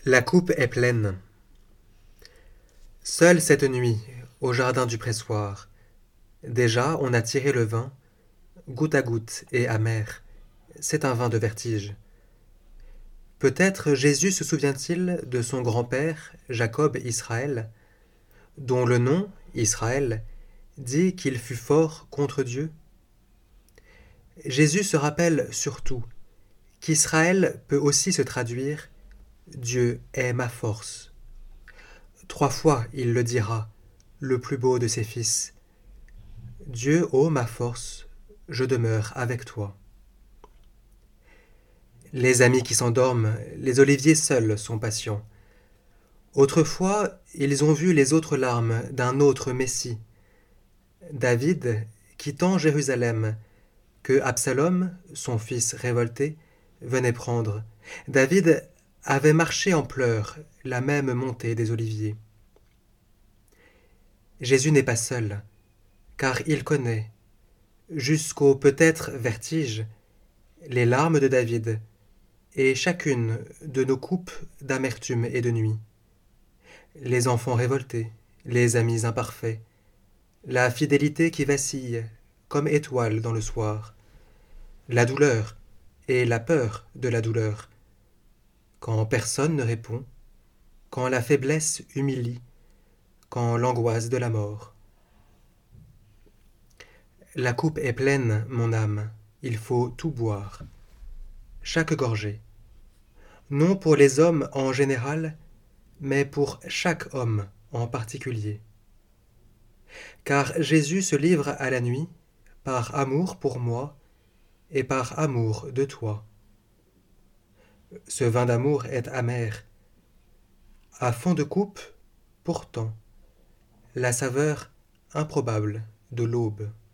La coupe est pleine. Seule cette nuit, au jardin du pressoir, déjà on a tiré le vin, goutte à goutte et amer. C'est un vin de vertige. Peut-être Jésus se souvient-il de son grand-père, Jacob Israël, dont le nom, Israël, dit qu'il fut fort contre Dieu. Jésus se rappelle surtout qu'Israël peut aussi se traduire Dieu est ma force. 3 fois il le dira, le plus beau de ses fils. Dieu, ô ma force, je demeure avec toi. Les amis qui s'endorment, les oliviers seuls sont patients. Autrefois, ils ont vu les autres larmes d'un autre Messie. David, quittant Jérusalem, que Absalom, son fils révolté, venait prendre. David avait marché en pleurs la même montée des oliviers. Jésus n'est pas seul, car il connaît, jusqu'au peut-être vertige, les larmes de David, et chacune de nos coupes d'amertume et de nuit. Les enfants révoltés, les amis imparfaits, la fidélité qui vacille, comme étoile dans le soir, la douleur et la peur de la douleur, quand personne ne répond, quand la faiblesse humilie, quand l'angoisse de la mort. La coupe est pleine, mon âme, il faut tout boire, chaque gorgée, non pour les hommes en général, mais pour chaque homme en particulier. Car Jésus se livre à la nuit, par amour pour moi et par amour de toi. Ce vin d'amour est amer. À fond de coupe, pourtant, la saveur improbable de l'aube.